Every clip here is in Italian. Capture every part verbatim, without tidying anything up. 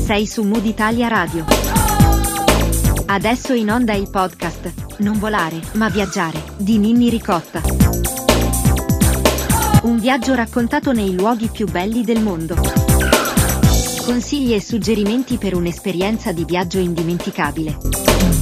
Sei su Mood Italia Radio. Adesso in onda il podcast Non volare, ma viaggiare di Ninni Ricotta. Un viaggio raccontato nei luoghi più belli del mondo. Consigli e suggerimenti per un'esperienza di viaggio indimenticabile.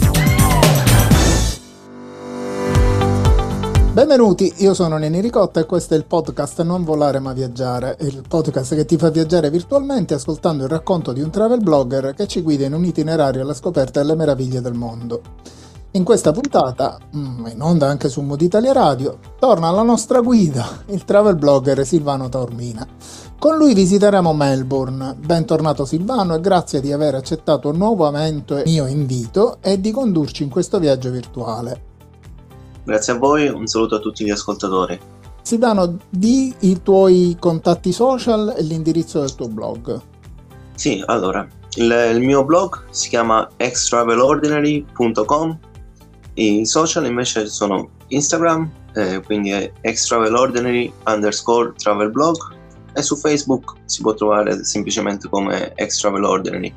Benvenuti, io sono Ninni Ricotta e questo è il podcast Non volare ma viaggiare, il podcast che ti fa viaggiare virtualmente ascoltando il racconto di un travel blogger che ci guida in un itinerario alla scoperta delle meraviglie del mondo. In questa puntata, in onda anche su Mood Italia Radio, torna la nostra guida, il travel blogger Silvano Taormina. Con lui visiteremo Melbourne. Bentornato Silvano e grazie di aver accettato nuovamente il mio invito e di condurci in questo viaggio virtuale. Grazie a voi, un saluto a tutti gli ascoltatori. Silvano, di i tuoi contatti social e l'indirizzo del tuo blog. Sì, allora, il, il mio blog si chiama x travel ordinary punto com, i social invece sono Instagram, eh, quindi è xtravelordinary underscore travel blog, e su Facebook si può trovare semplicemente come xtravelordinary.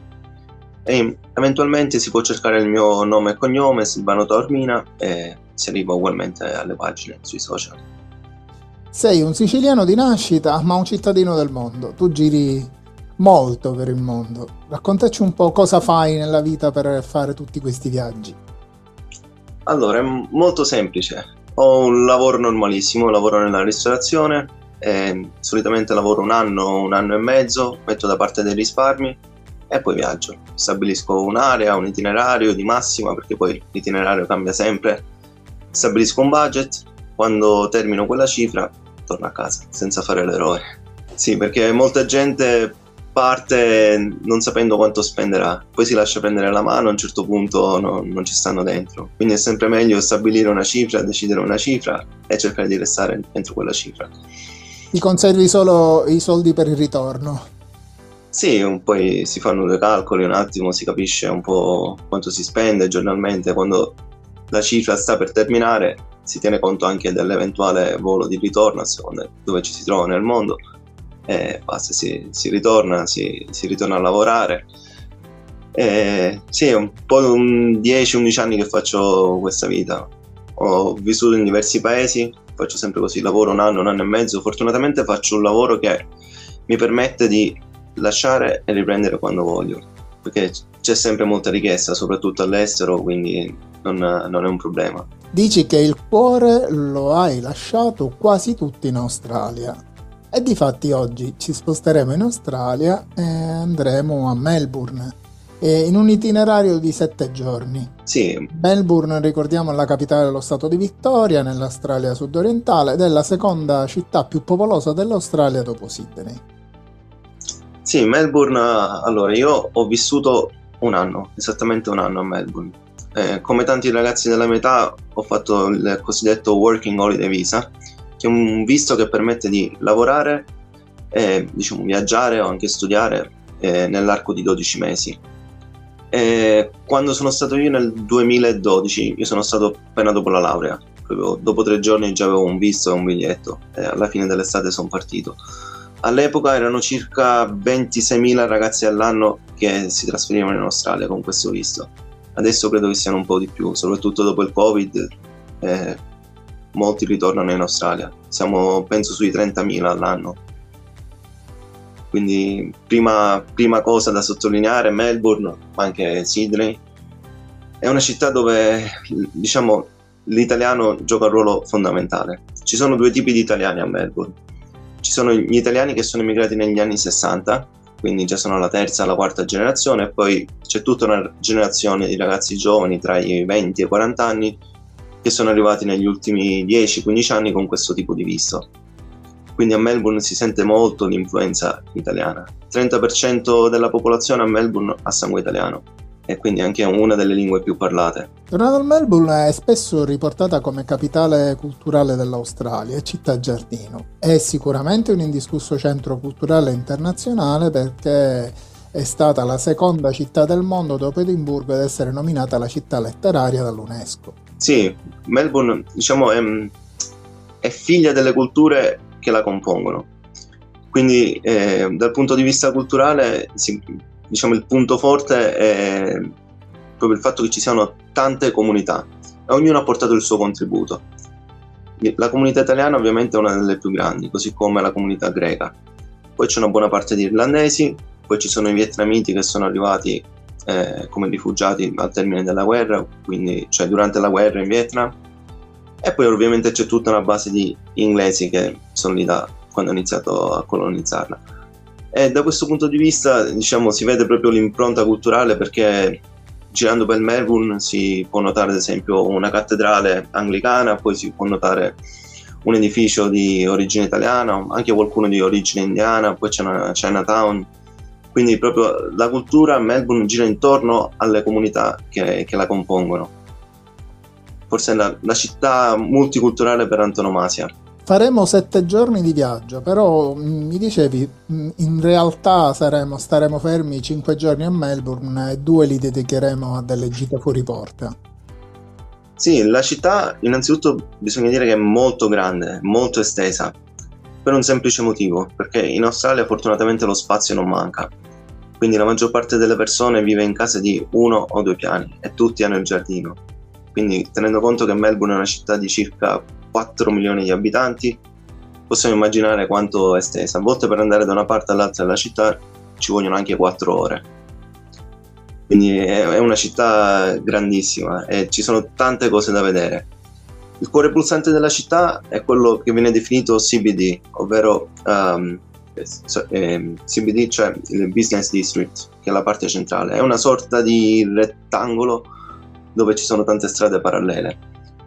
E eventualmente si può cercare il mio nome e cognome, Silvano Taormina, e si arriva ugualmente alle pagine sui social. Sei un siciliano di nascita, ma un cittadino del mondo. Tu giri molto per il mondo. Raccontaci un po' cosa fai nella vita per fare tutti questi viaggi. Allora, è molto semplice. Ho un lavoro normalissimo, lavoro nella ristorazione, e solitamente lavoro un anno, un anno e mezzo, metto da parte dei risparmi e poi viaggio. Stabilisco un'area, un itinerario di massima, perché poi l'itinerario cambia sempre. Stabilisco un budget, quando termino quella cifra torno a casa senza fare l'eroe. Sì, perché molta gente parte non sapendo quanto spenderà, poi si lascia prendere la mano, a un certo punto no, non ci stanno dentro. Quindi è sempre meglio stabilire una cifra, decidere una cifra e cercare di restare entro quella cifra. Ti conservi solo i soldi per il ritorno? Sì, poi si fanno due calcoli, un attimo si capisce un po' quanto si spende giornalmente. Quando la cifra sta per terminare si tiene conto anche dell'eventuale volo di ritorno a seconda di dove ci si trova nel mondo e basta, si, si ritorna, si, si ritorna a lavorare. E sì, è un po' un dieci undici anni che faccio questa vita. Ho vissuto in diversi paesi, faccio sempre così, lavoro un anno, un anno e mezzo. Fortunatamente faccio un lavoro che mi permette di lasciare e riprendere quando voglio, perché c'è sempre molta richiesta, soprattutto all'estero, quindi non, non è un problema. Dici che il cuore lo hai lasciato quasi tutto in Australia e difatti oggi ci sposteremo in Australia e andremo a Melbourne e in un itinerario di sette giorni. Sì. Melbourne, ricordiamo, è la capitale dello stato di Victoria nell'Australia sudorientale ed è la seconda città più popolosa dell'Australia dopo Sydney. Sì, Melbourne, allora io ho vissuto un anno, esattamente un anno a Melbourne. Eh, come tanti ragazzi della mia età ho fatto il cosiddetto Working Holiday Visa, che è un visto che permette di lavorare, e, diciamo, viaggiare o anche studiare eh, nell'arco di dodici mesi. E quando sono stato io nel duemiladodici, io sono stato appena dopo la laurea, proprio dopo tre giorni già avevo un visto e un biglietto e alla fine dell'estate sono partito. All'epoca erano circa ventiseimila ragazzi all'anno che si trasferivano in Australia con questo visto. Adesso credo che siano un po' di più, soprattutto dopo il Covid, eh, molti ritornano in Australia. Siamo penso sui trentamila all'anno. Quindi prima, prima cosa da sottolineare, Melbourne, ma anche Sydney, è una città dove, diciamo, l'italiano gioca un ruolo fondamentale. Ci sono due tipi di italiani a Melbourne. Ci sono gli italiani che sono emigrati negli anni sessanta, quindi già sono la terza, la quarta generazione, e poi c'è tutta una generazione di ragazzi giovani tra i venti e i quaranta anni che sono arrivati negli ultimi dieci quindici anni con questo tipo di visto. Quindi a Melbourne si sente molto l'influenza italiana. trenta per cento della popolazione a Melbourne ha sangue italiano e quindi anche una delle lingue più parlate. Tornando a Melbourne, è spesso riportata come capitale culturale dell'Australia e città giardino. È sicuramente un indiscusso centro culturale internazionale perché è stata la seconda città del mondo dopo Edimburgo ad essere nominata la città letteraria dall'UNESCO. Sì, Melbourne, diciamo, è, è figlia delle culture che la compongono. Quindi eh, dal punto di vista culturale si, diciamo il punto forte è proprio il fatto che ci siano tante comunità e ognuno ha portato il suo contributo. La comunità italiana ovviamente è una delle più grandi, così come la comunità greca. Poi c'è una buona parte di irlandesi, poi ci sono i vietnamiti che sono arrivati eh, come rifugiati al termine della guerra, quindi cioè durante la guerra in Vietnam, e poi ovviamente c'è tutta una base di inglesi che sono lì da quando ho iniziato a colonizzarla. E da questo punto di vista, diciamo, si vede proprio l'impronta culturale, perché girando per Melbourne si può notare ad esempio una cattedrale anglicana, poi si può notare un edificio di origine italiana, anche qualcuno di origine indiana, poi c'è una Chinatown, quindi proprio la cultura a Melbourne gira intorno alle comunità che, che la compongono. Forse è la, la città multiculturale per antonomasia. Faremo sette giorni di viaggio, però mh, mi dicevi, mh, in realtà saremo, staremo fermi cinque giorni a Melbourne e due li dedicheremo a delle gite fuori porta. Sì, la città innanzitutto bisogna dire che è molto grande, molto estesa, per un semplice motivo, perché in Australia fortunatamente lo spazio non manca, quindi la maggior parte delle persone vive in case di uno o due piani e tutti hanno il giardino. Quindi tenendo conto che Melbourne è una città di circa quattro milioni di abitanti, possiamo immaginare quanto è estesa. A volte per andare da una parte all'altra della città ci vogliono anche quattro ore. Quindi è una città grandissima e ci sono tante cose da vedere. Il cuore pulsante della città è quello che viene definito C B D, ovvero um, eh, C B D, cioè il Business District, che è la parte centrale. È una sorta di rettangolo dove ci sono tante strade parallele.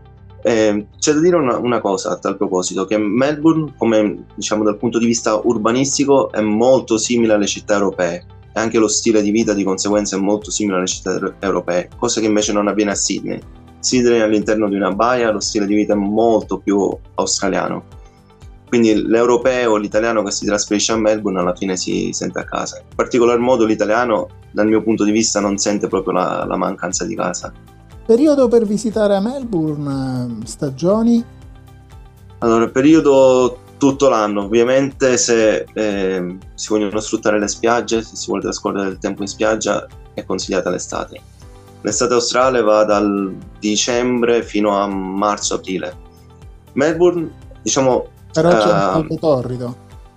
Eh, c'è da dire una, una cosa a tal proposito, che Melbourne, come diciamo dal punto di vista urbanistico, è molto simile alle città europee, e anche lo stile di vita di conseguenza è molto simile alle città europee, cosa che invece non avviene a Sydney. Sydney è all'interno di una baia, lo stile di vita è molto più australiano, quindi l'europeo, l'italiano che si trasferisce a Melbourne alla fine si sente a casa. In particolar modo l'italiano, dal mio punto di vista, non sente proprio la, la mancanza di casa. Periodo per visitare a Melbourne, stagioni? Allora, periodo tutto l'anno, ovviamente se eh, si vogliono sfruttare le spiagge, se si vuole trascorrere del tempo in spiaggia, è consigliata l'estate. L'estate australe va dal dicembre fino a marzo-aprile. Melbourne, diciamo... Però c'è uh, un caldo torrido.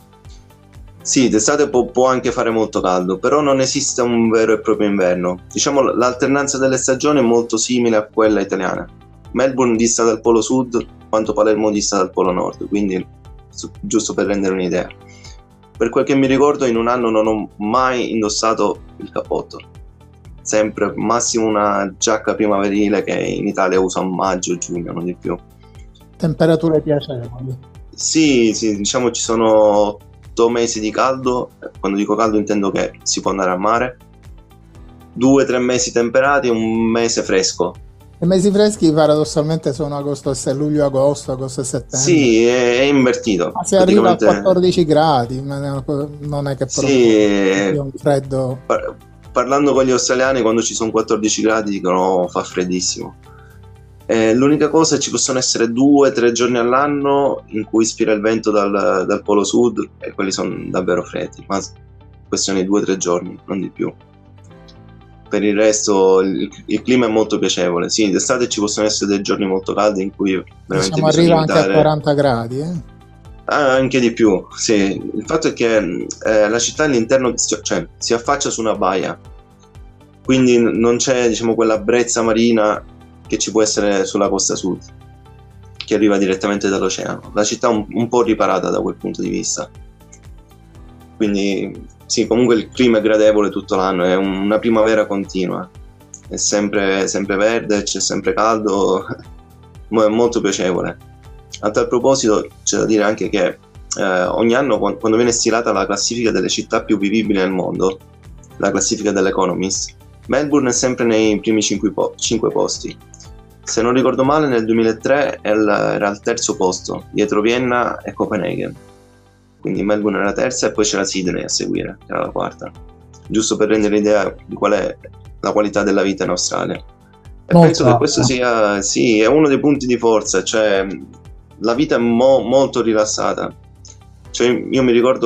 Sì, d'estate può, può anche fare molto caldo, però non esiste un vero e proprio inverno. Diciamo l'alternanza delle stagioni è molto simile a quella italiana. Melbourne dista dal polo sud quanto Palermo dista dal polo nord, quindi su, giusto per rendere un'idea. Per quel che mi ricordo, in un anno non ho mai indossato il cappotto. Sempre massimo una giacca primaverile che in Italia uso a maggio, giugno, non di più. Temperature piacevoli. Sì, sì, diciamo ci sono otto mesi di caldo, quando dico caldo intendo che si può andare a mare, due tre mesi temperati e un mese fresco. I mesi freschi paradossalmente sono agosto e luglio-agosto, agosto e settembre. Sì, è, è invertito. Ma si arriva a quattordici gradi, non è che proprio sì, è un freddo. Par- parlando con gli australiani, quando ci sono quattordici gradi dicono oh, fa freddissimo. Eh, l'unica cosa è che ci possono essere due o tre giorni all'anno in cui ispira il vento dal, dal polo sud e quelli sono davvero freddi, ma questione di due o tre giorni, non di più. Per il resto il, il clima è molto piacevole. Sì, d'estate ci possono essere dei giorni molto caldi in cui veramente diciamo, arriva anche a quaranta gradi, eh? Ah, anche di più, sì. Il fatto è che eh, la città all'interno, cioè, si affaccia su una baia, quindi non c'è, diciamo, quella brezza marina che ci può essere sulla costa sud, che arriva direttamente dall'oceano. La città è un, un po' riparata da quel punto di vista. Quindi sì, comunque il clima è gradevole tutto l'anno, è una primavera continua, è sempre, sempre verde, c'è sempre caldo, ma è molto piacevole. A tal proposito c'è da dire anche che eh, ogni anno quando viene stilata la classifica delle città più vivibili nel mondo, la classifica dell'Economist, Melbourne è sempre nei primi cinque, po- cinque posti. Se non ricordo male nel duemilatré era al terzo posto, dietro Vienna e Copenaghen. Quindi Melbourne era la terza e poi c'era Sydney a seguire, che era la quarta. Giusto per rendere l'idea di qual è la qualità della vita in Australia. E Molto penso che questo sia, sì, è uno dei punti di forza, cioè la vita è mo- molto rilassata. Cioè io mi ricordo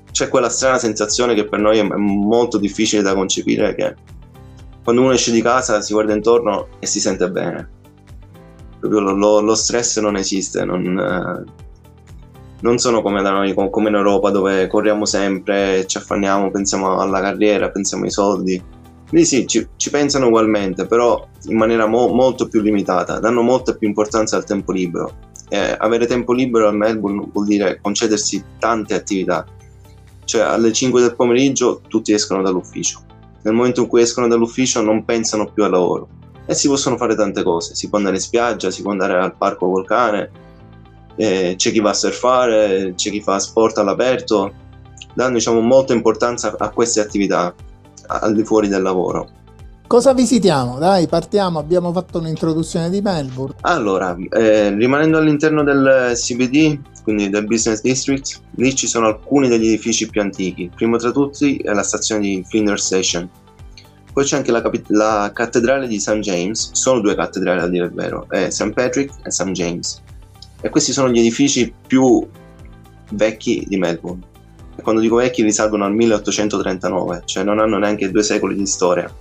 c'è quella strana sensazione che per noi è molto difficile da concepire, che quando uno esce di casa si guarda intorno e si sente bene. Proprio lo, lo, lo stress non esiste, non, eh, non sono come da noi, come in Europa, dove corriamo sempre, ci affanniamo, pensiamo alla carriera, pensiamo ai soldi. Lì sì, ci, ci pensano ugualmente, però in maniera mo, molto più limitata, danno molta più importanza al tempo libero. Eh, avere tempo libero a Melbourne vuol dire concedersi tante attività. Cioè alle cinque del pomeriggio tutti escono dall'ufficio. Nel momento in cui escono dall'ufficio non pensano più al lavoro e si possono fare tante cose. Si può andare in spiaggia, si può andare al parco col cane, eh, c'è chi va a surfare, c'è chi fa sport all'aperto. Danno, diciamo, molta importanza a queste attività al di fuori del lavoro. Cosa visitiamo? Dai, partiamo, abbiamo fatto un'introduzione di Melbourne. Allora, eh, rimanendo all'interno del C B D, quindi del Business District, lì ci sono alcuni degli edifici più antichi. Primo tra tutti è la stazione di Flinders Station. Poi c'è anche la, capi- la cattedrale di Saint James. Sono due cattedrali a dire il vero, è Saint Patrick e Saint James. E questi sono gli edifici più vecchi di Melbourne. E quando dico vecchi risalgono al milleottocentotrentanove, cioè non hanno neanche due secoli di storia.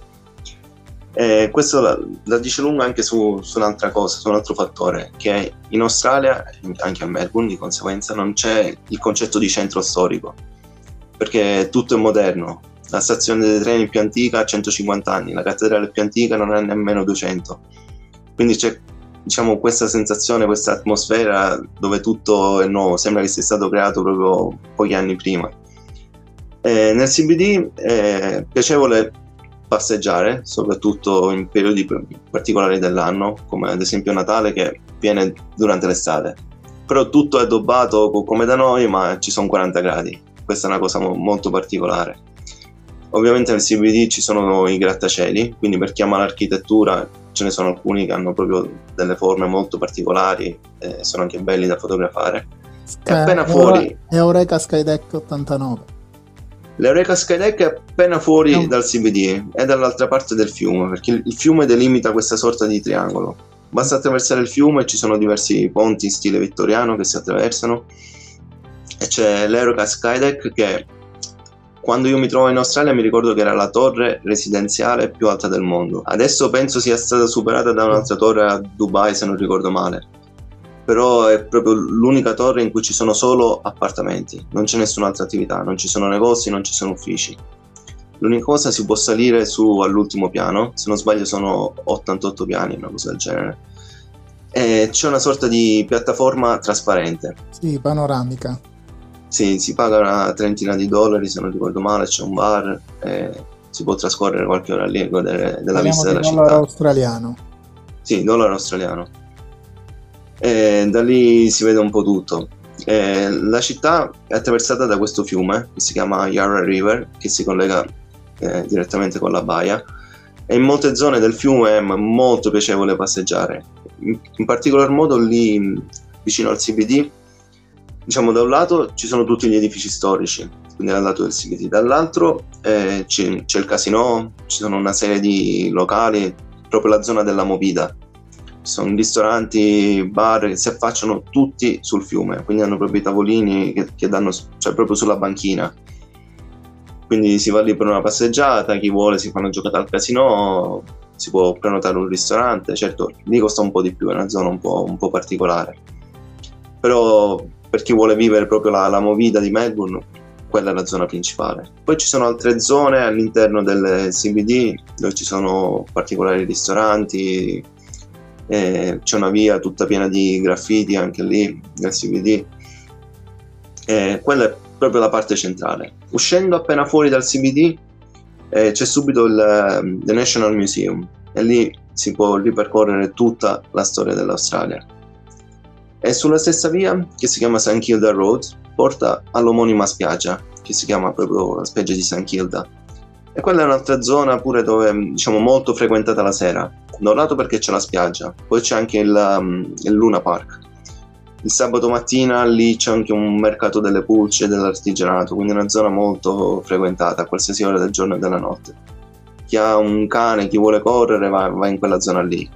E questo la, la dice lunga anche su, su un'altra cosa, su un altro fattore, che in Australia, anche a Melbourne di conseguenza, non c'è il concetto di centro storico, perché tutto è moderno. La stazione dei treni più antica ha centocinquanta anni, la cattedrale più antica non ha nemmeno duecento. Quindi c'è, diciamo, questa sensazione, questa atmosfera dove tutto è nuovo, sembra che sia stato creato proprio pochi anni prima. E nel C B D è piacevole passeggiare, soprattutto in periodi particolari dell'anno, come ad esempio Natale, che viene durante l'estate. Però tutto è addobbato come da noi, ma ci sono quaranta gradi. Questa è una cosa mo- molto particolare. Ovviamente nel C B D ci sono i grattacieli, quindi per chi ama l'architettura ce ne sono alcuni che hanno proprio delle forme molto particolari e sono anche belli da fotografare. Sky, e appena fuori... Eureka Skydeck ottantanove. L'Eureka Skydeck è appena fuori no. dal C B D, è dall'altra parte del fiume, perché il fiume delimita questa sorta di triangolo. Basta attraversare il fiume, ci sono diversi ponti in stile vittoriano che si attraversano, e c'è l'Eureka Skydeck che, quando io mi trovo in Australia, mi ricordo che era la torre residenziale più alta del mondo. Adesso penso sia stata superata da un'altra torre a Dubai, se non ricordo male. Però è proprio l'unica torre in cui ci sono solo appartamenti, non c'è nessun'altra attività, non ci sono negozi, non ci sono uffici. L'unica cosa, si può salire su all'ultimo piano, se non sbaglio sono ottantotto piani, una cosa del genere. E c'è una sorta di piattaforma trasparente. Sì, panoramica. Sì, si paga una trentina di dollari, se non ricordo male, c'è un bar e si può trascorrere qualche ora lì e godere della Parliamo vista della di città. dollaro australiano. Sì, dollaro australiano. E da lì si vede un po' tutto. E la città è attraversata da questo fiume che si chiama Yarra River, che si collega eh, direttamente con la baia, e in molte zone del fiume è molto piacevole passeggiare. In, in particolar modo lì vicino al C B D, diciamo, da un lato ci sono tutti gli edifici storici, quindi dal lato del C B D, dall'altro eh, c'è, c'è il casino, ci sono una serie di locali, proprio la zona della movida. Ci sono ristoranti, bar che si affacciano tutti sul fiume, quindi hanno proprio i tavolini che, che danno, cioè proprio sulla banchina. Quindi si va lì per una passeggiata, chi vuole si fa una giocata al casino, si può prenotare un ristorante. Certo, lì costa un po' di più, è una zona un po', un po' particolare. Però per chi vuole vivere proprio la, la movida di Melbourne, quella è la zona principale. Poi ci sono altre zone all'interno del C B D dove ci sono particolari ristoranti. Eh, c'è una via tutta piena di graffiti anche lì nel C B D. Eh, quella è proprio la parte centrale. Uscendo appena fuori dal C B D eh, c'è subito il The National Museum, e lì si può ripercorrere tutta la storia dell'Australia. E sulla stessa via, che si chiama St Kilda Road, porta all'omonima spiaggia, che si chiama proprio la spiaggia di St Kilda. E quella è un'altra zona pure dove, diciamo, molto frequentata la sera. Da un lato perché c'è la spiaggia, poi c'è anche il, um, il Luna Park. Il sabato mattina lì c'è anche un mercato delle pulci e dell'artigianato, quindi è una zona molto frequentata a qualsiasi ora del giorno e della notte. Chi ha un cane, chi vuole correre va, va in quella zona lì.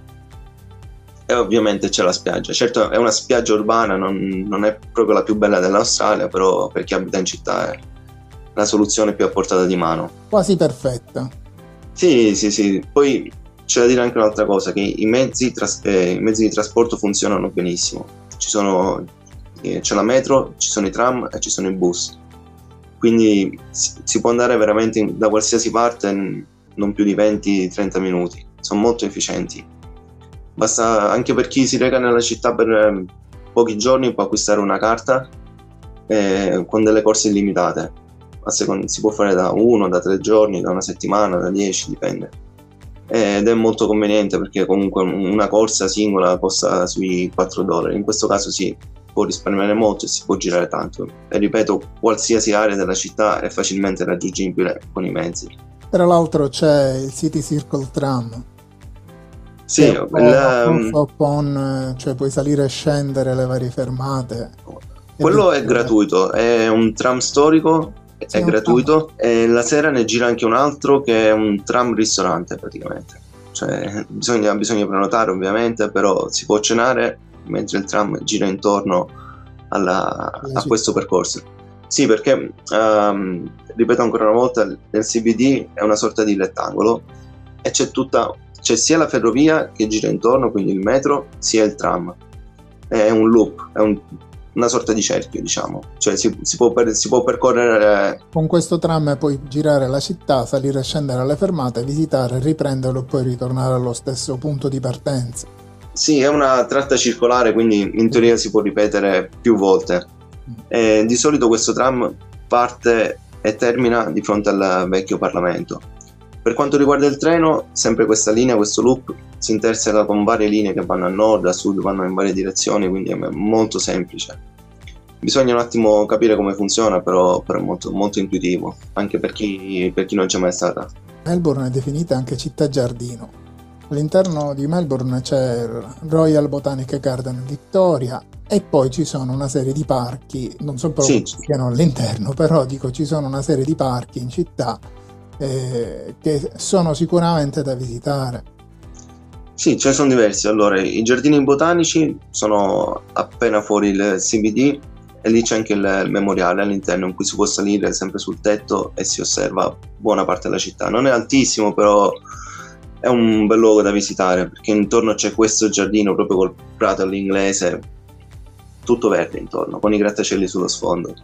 E ovviamente c'è la spiaggia. Certo è una spiaggia urbana, non, non è proprio la più bella dell'Australia, però per chi abita in città è, la soluzione più a portata di mano. Quasi perfetta. Sì, sì, sì. Poi c'è da dire anche un'altra cosa, che i mezzi, tras- eh, i mezzi di trasporto funzionano benissimo. Ci sono, eh, c'è la metro, ci sono i tram e ci sono i bus. Quindi si, si può andare veramente in, da qualsiasi parte in non più di venti trenta minuti. Sono molto efficienti. Basta, anche per chi si reca nella città per eh, pochi giorni, può acquistare una carta eh, con delle corse illimitate. A seconda, si può fare da uno, da tre giorni, da una settimana, da dieci, dipende. Ed è molto conveniente perché comunque una corsa singola costa sui quattro dollari. In questo caso si può risparmiare molto e si può girare tanto. E ripeto, qualsiasi area della città è facilmente raggiungibile con i mezzi. Tra l'altro c'è il City Circle Tram. Sì, il, on, cioè puoi salire e scendere le varie fermate. Quello è gratuito, è un tram storico, sì, è gratuito tram. E la sera ne gira anche un altro che è un tram ristorante praticamente. Cioè bisogna, bisogna prenotare ovviamente, però si può cenare mentre il tram gira intorno alla, a questo percorso. Sì, perché um, ripeto ancora una volta, nel C B D è una sorta di rettangolo e c'è tutta, c'è sia la ferrovia che gira intorno, quindi il metro, sia il tram. È un loop, è un, una sorta di cerchio, diciamo. Cioè si, si, può, per, si può percorrere. Con questo tram puoi girare la città, salire e scendere alle fermate, visitare, riprenderlo e poi ritornare allo stesso punto di partenza. Sì, è una tratta circolare, quindi in teoria si può ripetere più volte. E di solito questo tram parte e termina di fronte al vecchio Parlamento. Per quanto riguarda il treno, sempre questa linea, questo loop, si interseca con varie linee che vanno a nord, a sud, vanno in varie direzioni, quindi è molto semplice. Bisogna un attimo capire come funziona, però, però è molto, molto intuitivo, anche per chi, per chi non c'è mai stata. Melbourne è definita anche città giardino. All'interno di Melbourne c'è il Royal Botanic Garden Victoria e poi ci sono una serie di parchi, non so proprio sì. se siano all'interno, però dico ci sono una serie di parchi in città eh, che sono sicuramente da visitare. Sì, ce ne sono diversi. Allora, i giardini botanici sono appena fuori il C B D e lì c'è anche il, il memoriale all'interno in cui si può salire sempre sul tetto e si osserva buona parte della città. Non è altissimo, però è un bel luogo da visitare perché intorno c'è questo giardino proprio col prato all'inglese, tutto verde intorno, con i grattacieli sullo sfondo.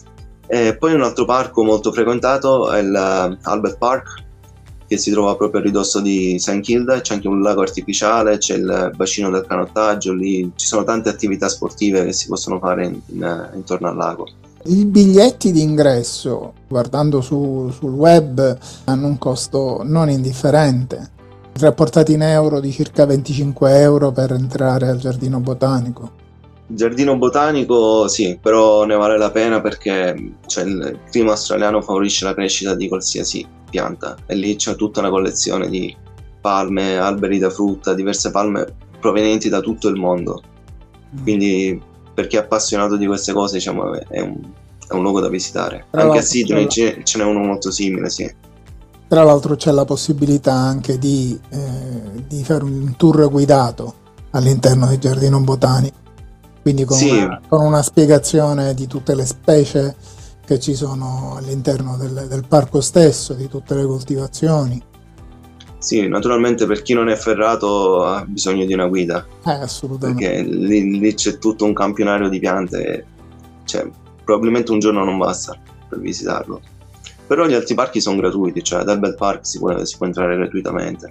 E poi un altro parco molto frequentato è l'Albert Park, che si trova proprio a ridosso di Saint Kilda. C'è anche un lago artificiale, c'è il bacino del canottaggio, lì ci sono tante attività sportive che si possono fare in, in, intorno al lago. I biglietti di ingresso, guardando su, sul web, hanno un costo non indifferente, rapportati in euro di circa venticinque euro per entrare al giardino botanico. Il giardino botanico sì, però ne vale la pena perché cioè, il clima australiano favorisce la crescita di qualsiasi pianta e lì c'è tutta una collezione di palme, alberi da frutta, diverse palme provenienti da tutto il mondo. Quindi per chi è appassionato di queste cose, diciamo, è un, è un luogo da visitare. Tra anche a Sydney ce, ce n'è uno molto simile, sì. Tra l'altro c'è la possibilità anche di, eh, di fare un tour guidato all'interno del giardino botanico, quindi con, sì. una, con una spiegazione di tutte le specie che ci sono all'interno del, del parco stesso, di tutte le coltivazioni. Sì, naturalmente per chi non è ferrato ha bisogno di una guida, eh, assolutamente. Perché lì, lì c'è tutto un campionario di piante, cioè probabilmente un giorno non basta per visitarlo. Però gli altri parchi sono gratuiti, cioè ad Albert Park si può, si può entrare gratuitamente.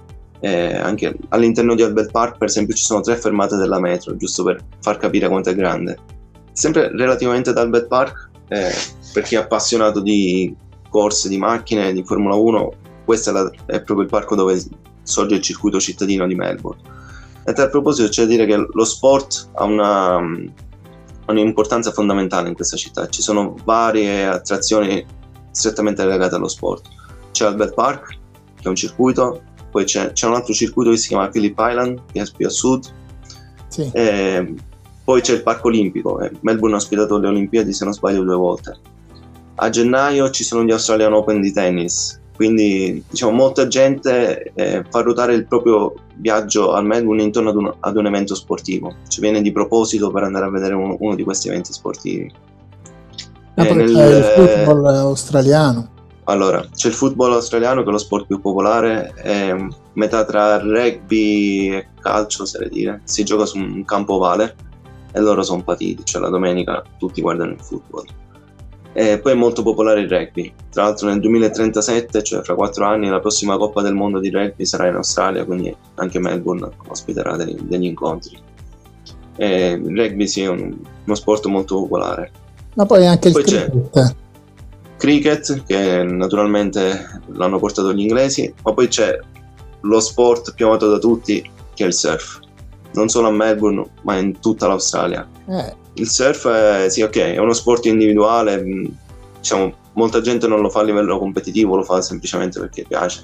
E anche all'interno di Albert Park, per esempio, ci sono tre fermate della metro, giusto per far capire quanto è grande. Sempre relativamente ad Albert Park, eh, per chi è appassionato di corse, di macchine, di Formula uno, questo è, la, è proprio il parco dove sorge il circuito cittadino di Melbourne. E a tal proposito c'è da dire che lo sport ha una, un'importanza fondamentale in questa città. Ci sono varie attrazioni strettamente legate allo sport. C'è Albert Park, che è un circuito, poi c'è, c'è un altro circuito che si chiama Phillip Island, che è più a sud, sì. E poi c'è il Parco Olimpico. Melbourne ha ospitato le Olimpiadi, se non sbaglio, due volte. A gennaio ci sono gli Australian Open di tennis, quindi diciamo molta gente eh, fa ruotare il proprio viaggio a Melbourne intorno ad un, ad un evento sportivo, cioè viene di proposito per andare a vedere uno, uno di questi eventi sportivi. Ah, Eh, poi nel- c'è il football australiano. Allora, c'è il football australiano che è lo sport più popolare, è metà tra rugby e calcio, oserei dire. Si gioca su un campo ovale e loro sono patiti, cioè la domenica tutti guardano il football. E poi è molto popolare il rugby. Tra l'altro nel duemilatrentasette, cioè fra quattro anni, la prossima Coppa del Mondo di rugby sarà in Australia, quindi anche Melbourne ospiterà degli, degli incontri. E il rugby sì, è un- uno sport molto popolare. Ma poi anche il Poi c'è cricket. cricket, che naturalmente l'hanno portato gli inglesi, ma poi c'è lo sport più amato da tutti, che è il surf. Non solo a Melbourne, ma in tutta l'Australia. Eh, Il surf è, sì, ok, è uno sport individuale, mh, diciamo, molta gente non lo fa a livello competitivo, lo fa semplicemente perché piace.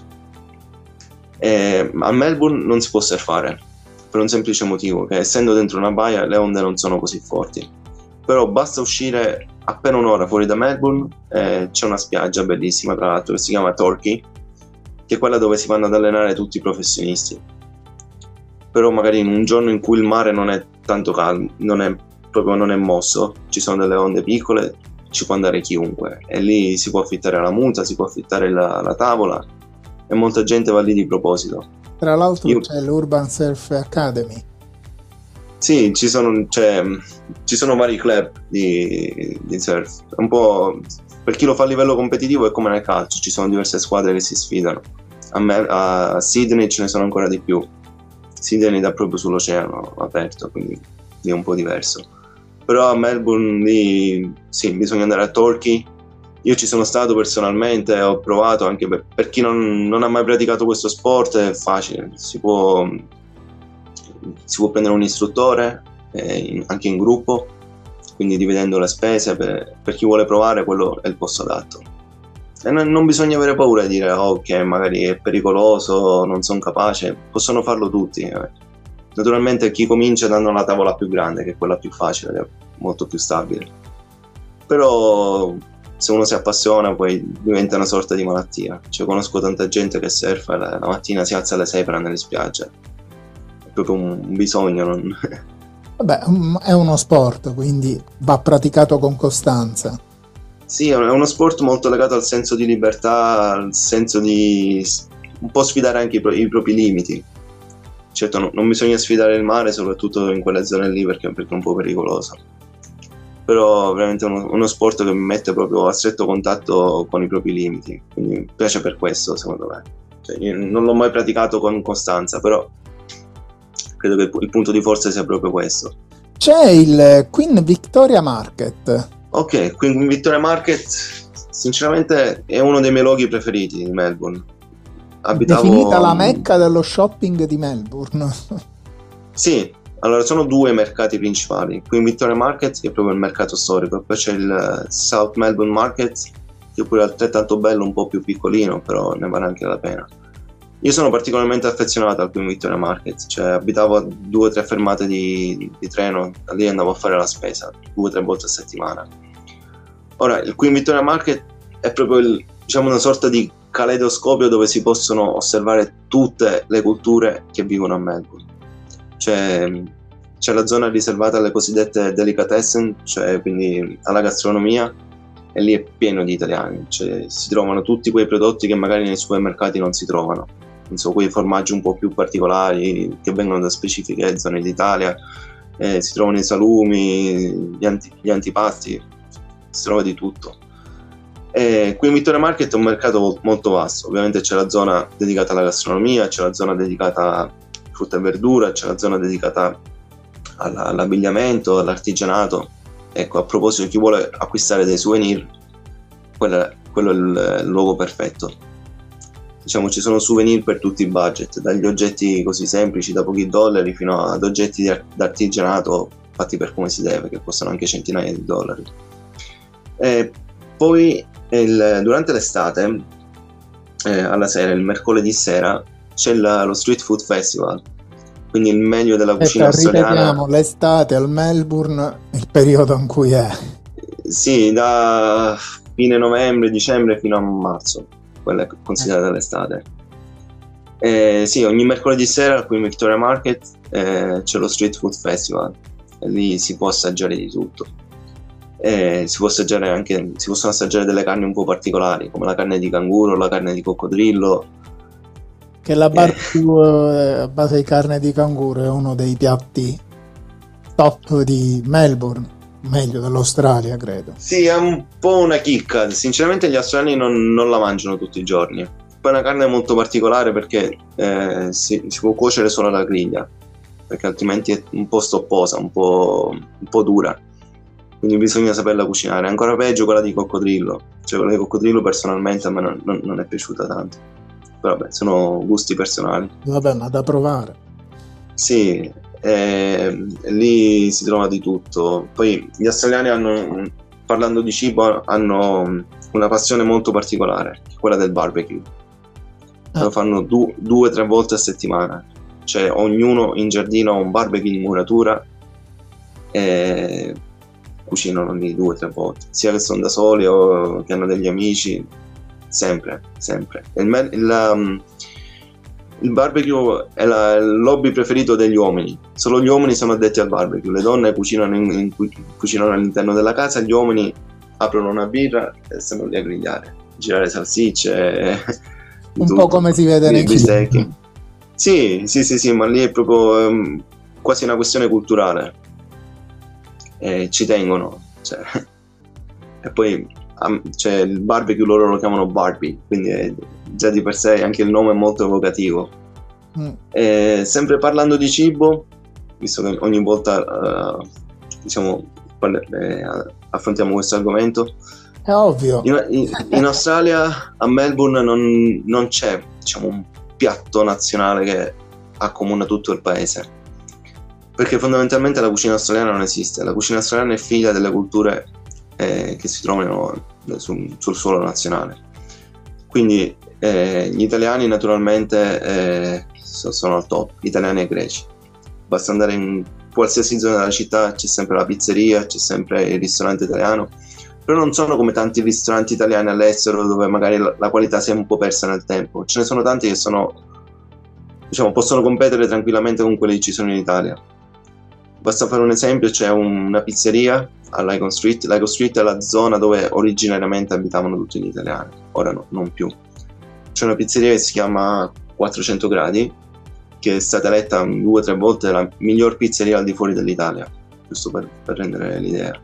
E a Melbourne non si può surfare, per un semplice motivo, che essendo dentro una baia le onde non sono così forti. Però basta uscire appena un'ora fuori da Melbourne, eh, c'è una spiaggia bellissima, tra l'altro, che si chiama Torquay, che è quella dove si vanno ad allenare tutti i professionisti. Però magari in un giorno in cui il mare non è tanto calmo, non è proprio non è mosso, ci sono delle onde piccole, ci può andare chiunque e lì si può affittare la muta, si può affittare la, la tavola e molta gente va lì di proposito. tra l'altro Io- c'è l'Urban Surf Academy. Sì, ci sono, cioè, ci sono vari club di, di surf. Un po' per chi lo fa a livello competitivo è come nel calcio, ci sono diverse squadre che si sfidano. A, me, a Sydney ce ne sono ancora di più. Sydney dà proprio sull'oceano aperto, quindi lì è un po' diverso. Però a Melbourne lì sì, bisogna andare a Torquay. Io ci sono stato personalmente, ho provato anche per, per chi non, non ha mai praticato questo sport, è facile, si può, si può prendere un istruttore, eh, in- anche in gruppo, quindi dividendo le spese, per, per chi vuole provare quello è il posto adatto. E non, non bisogna avere paura di dire oh, ok, magari è pericoloso, non sono capace, possono farlo tutti. eh. Naturalmente chi comincia danno la tavola più grande, che è quella più facile, ed è molto più stabile. Però se uno si appassiona poi diventa una sorta di malattia. Cioè conosco tanta gente che surfa e la, la mattina si alza alle sei per andare in spiaggia. È proprio un, un bisogno. Non... Vabbè, um, è uno sport, quindi va praticato con costanza. Sì, è uno sport molto legato al senso di libertà, al senso di s- un po' sfidare anche i, pro- i propri limiti. Certo, no- non bisogna sfidare il mare, soprattutto in quelle zone lì, perché, perché è un po' pericoloso. Però veramente uno, uno sport che mi mette proprio a stretto contatto con i propri limiti. Quindi mi piace per questo, secondo me. Cioè, io non l'ho mai praticato con costanza, però credo che il, pu- il punto di forza sia proprio questo. C'è il Queen Victoria Market. Ok, quindi Victoria Market sinceramente è uno dei miei luoghi preferiti di Melbourne. Abitavo... Definita la mecca dello shopping di Melbourne. Sì, allora sono due mercati principali. Qui in Victoria Market, che è proprio il mercato storico, poi c'è il eh, South Melbourne Market, che è pure altrettanto bello, un po' più piccolino, però ne vale anche la pena. Io sono particolarmente affezionato al Queen Victoria Market, cioè abitavo a due o tre fermate di, di treno, da lì andavo a fare la spesa due o tre volte a settimana. Ora, il Queen Victoria Market è proprio il, diciamo, una sorta di caleidoscopio dove si possono osservare tutte le culture che vivono a Melbourne. C'è, c'è la zona riservata alle cosiddette delicatessen, cioè quindi alla gastronomia, e lì è pieno di italiani, cioè si trovano tutti quei prodotti che magari nei supermercati non si trovano. Insomma, quei formaggi un po' più particolari che vengono da specifiche zone d'Italia, eh, si trovano i salumi, gli, anti- gli antipasti, si trova di tutto. E qui in Victoria Market è un mercato molto vasto, ovviamente c'è la zona dedicata alla gastronomia, c'è la zona dedicata a frutta e verdura, c'è la zona dedicata alla- all'abbigliamento, all'artigianato. Ecco, a proposito, chi vuole acquistare dei souvenir, quello è, quello è il, il luogo perfetto. Diciamo, ci sono souvenir per tutti i budget, dagli oggetti così semplici da pochi dollari fino ad oggetti di ar- d'artigianato fatti per come si deve, che costano anche centinaia di dollari. E poi il- durante l'estate, eh, alla sera, il mercoledì sera, c'è la- lo Street Food Festival, quindi il meglio della cucina Aspetta, australiana. ripetiamo, l'estate al Melbourne, il periodo in cui è. Sì, da fine novembre, dicembre fino a marzo, quella è considerata l'estate. Eh, sì, ogni mercoledì sera qui in Victoria Market eh, c'è lo Street Food Festival e lì si può assaggiare di tutto. E si può assaggiare anche, si possono assaggiare delle carni un po' particolari, come la carne di canguro, la carne di coccodrillo. Che la barbecue a base di carne di canguro è uno dei piatti top di Melbourne, meglio dell'Australia, credo. Sì, è un po' una chicca. Sinceramente gli australiani non, non la mangiano tutti i giorni. Poi è una carne molto particolare perché eh, si, si può cuocere solo alla griglia, perché altrimenti è un po' stopposa, un po', un po' dura. Quindi bisogna saperla cucinare. Ancora peggio quella di coccodrillo. Cioè quella di coccodrillo personalmente a me non, non, non è piaciuta tanto. Però vabbè, sono gusti personali. Vabbè, ma da provare. Sì, eh, lì si trova di tutto. Poi gli australiani hanno, parlando di cibo, hanno una passione molto particolare, quella del barbecue. Ah. Lo fanno du- due o tre volte a settimana. Cioè ognuno in giardino ha un barbecue in muratura e cucinano lì due o tre volte, sia che sono da soli o che hanno degli amici, sempre, sempre. Il, me- il, um, il barbecue è la, l'hobby preferito degli uomini, solo gli uomini sono addetti al barbecue, le donne cucinano, in, in, cucinano all'interno della casa, gli uomini aprono una birra e stanno lì a grigliare, girare salsicce, un tutto, po' come si vede nei bistecchi. Sì, sì, sì, sì, ma lì è proprio um, quasi una questione culturale. E ci tengono, cioè. E poi um, cioè, il barbecue loro lo chiamano Barbie, quindi è, già di per sé anche il nome è molto evocativo. Mm. E, sempre parlando di cibo, visto che ogni volta uh, diciamo parli, eh, affrontiamo questo argomento, è ovvio. In, in, in Australia, a Melbourne, non, non c'è diciamo un piatto nazionale che accomuna tutto il paese, perché fondamentalmente la cucina australiana non esiste. La cucina australiana è figlia delle culture eh, che si trovano sul, sul suolo nazionale. Quindi eh, gli italiani naturalmente eh, sono al top, italiani e greci. Basta andare in qualsiasi zona della città, c'è sempre la pizzeria, c'è sempre il ristorante italiano, però non sono come tanti ristoranti italiani all'estero dove magari la, la qualità si è un po' persa nel tempo. Ce ne sono tanti che sono, diciamo, possono competere tranquillamente con quelli che ci sono in Italia. Basta fare un esempio, c'è un, una pizzeria all'Icon Street. L'Icon Street è la zona dove originariamente abitavano tutti gli italiani, ora no, non più. C'è una pizzeria che si chiama quattrocento gradi, che è stata eletta due o tre volte la miglior pizzeria al di fuori dell'Italia, giusto per, per rendere l'idea.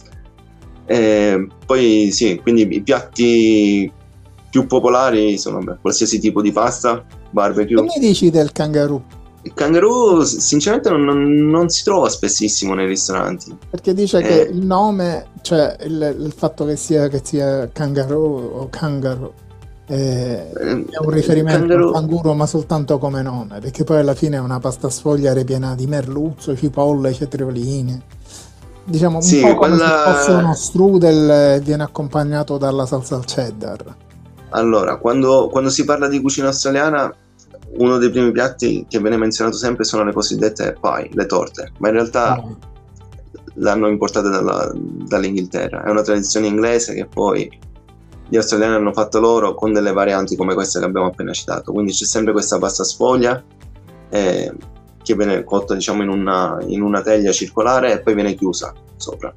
E poi sì, quindi i piatti più popolari sono beh, qualsiasi tipo di pasta, barbecue. Che mi dici del kangaroo? Il kangaroo sinceramente non, non, non si trova spessissimo nei ristoranti. Perché dice eh, che il nome, cioè il, il fatto che sia, che sia kangaroo o kangaroo eh, è un riferimento kangaroo. Al canguro, ma soltanto come nome, perché poi alla fine è una pasta sfoglia ripiena di merluzzo, cipolle, cetriolini. Diciamo un sì, po' come quella... se fosse uno strudel e viene accompagnato dalla salsa al cheddar. Allora, quando, quando si parla di cucina australiana, uno dei primi piatti che viene menzionato sempre sono le cosiddette pie, le torte, ma in realtà oh. l'hanno importata dalla, dall'Inghilterra. È una tradizione inglese che poi gli australiani hanno fatto loro con delle varianti come queste che abbiamo appena citato. Quindi c'è sempre questa pasta sfoglia eh, che viene cotta diciamo in una, in una teglia circolare e poi viene chiusa sopra.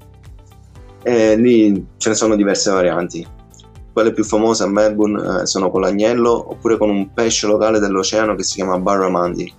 E lì ce ne sono diverse varianti. Quelle più famose a Melbourne eh, sono con l'agnello oppure con un pesce locale dell'oceano che si chiama barramundi.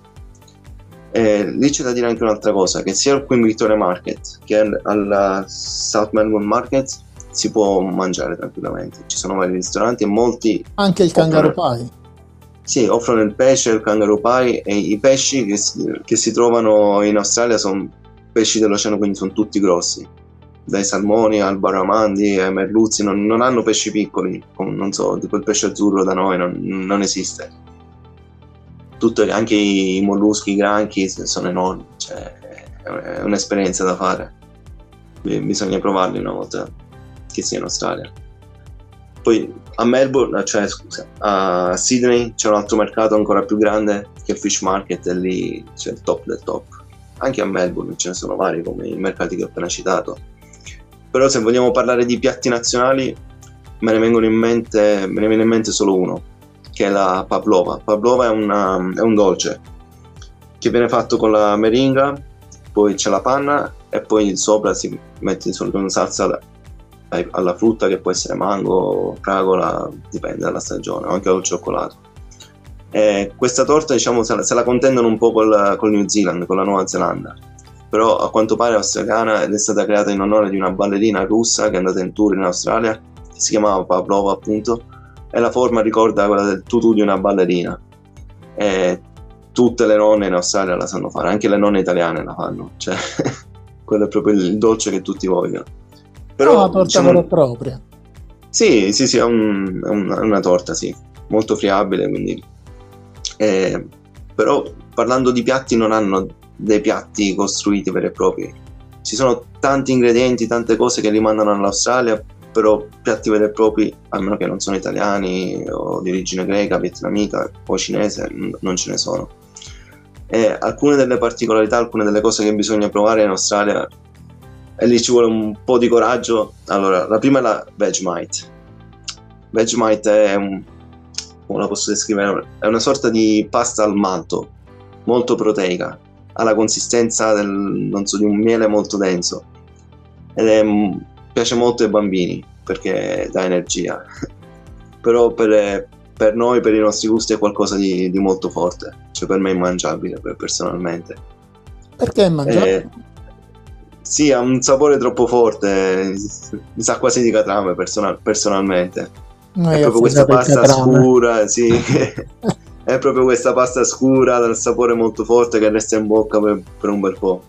E lì c'è da dire anche un'altra cosa, che sia al Queen Victoria Market che al South Melbourne Market si può mangiare tranquillamente. Ci sono vari ristoranti e molti... Anche il kangaroo pie? Sì, offrono il pesce, il kangaroo pie, e i pesci che si, che si trovano in Australia sono pesci dell'oceano, quindi sono tutti grossi. Dai salmoni al barramundi ai merluzzi, non, non hanno pesci piccoli, come, non so, tipo il pesce azzurro da noi non, non esiste. Tutto, anche i molluschi, i granchi sono enormi, cioè è un'esperienza da fare, bisogna provarli una volta che sia in Australia. Poi a Melbourne, cioè scusa, a Sydney c'è un altro mercato ancora più grande che è il Fish Market, e lì c'è il top del top. Anche a Melbourne ce ne sono vari come i mercati che ho appena citato. Però se vogliamo parlare di piatti nazionali me ne vengono in mente, me ne viene in mente solo uno, che è la pavlova. Pavlova è, una, è un dolce che viene fatto con la meringa, poi c'è la panna e poi sopra si mette di solito una salsa alla frutta che può essere mango, fragola, dipende dalla stagione, o anche al cioccolato. E questa torta, diciamo, se la, se la contendono un po' col, col New Zealand, con la Nuova Zelanda, però a quanto pare è australiana ed è stata creata in onore di una ballerina russa che è andata in tour in Australia, che si chiamava Pavlova appunto, e la forma ricorda quella del tutù di una ballerina. E tutte le nonne in Australia la sanno fare, anche le nonne italiane la fanno, cioè quello è proprio il dolce che tutti vogliono. Però no, una torta diciamo, vera e propria. Sì, sì, sì, è, un, è una, una torta, sì, molto friabile, quindi... Eh, però parlando di piatti non hanno dei piatti costruiti veri e propri. Ci sono tanti ingredienti, tante cose che li mandano all'Australia, però piatti veri e propri, a meno che non sono italiani o di origine greca, vietnamita o cinese, non ce ne sono. E alcune delle particolarità, alcune delle cose che bisogna provare in Australia, e lì ci vuole un po' di coraggio. Allora, la prima è la Vegemite. Vegemite è un, come la posso descrivere? È una sorta di pasta al malto, molto proteica, ha la consistenza del, non so, di un miele molto denso, ed è, piace molto ai bambini perché dà energia. Però per, per noi, per i nostri gusti, è qualcosa di, di molto forte, cioè per me è immangiabile personalmente. Perché è mangiabile? Eh, sì, ha un sapore troppo forte, mi sa quasi di catrame personal, personalmente. Noi è proprio questa pasta catrame. scura, sì, è proprio questa pasta scura dal sapore molto forte che resta in bocca per, per un bel po'.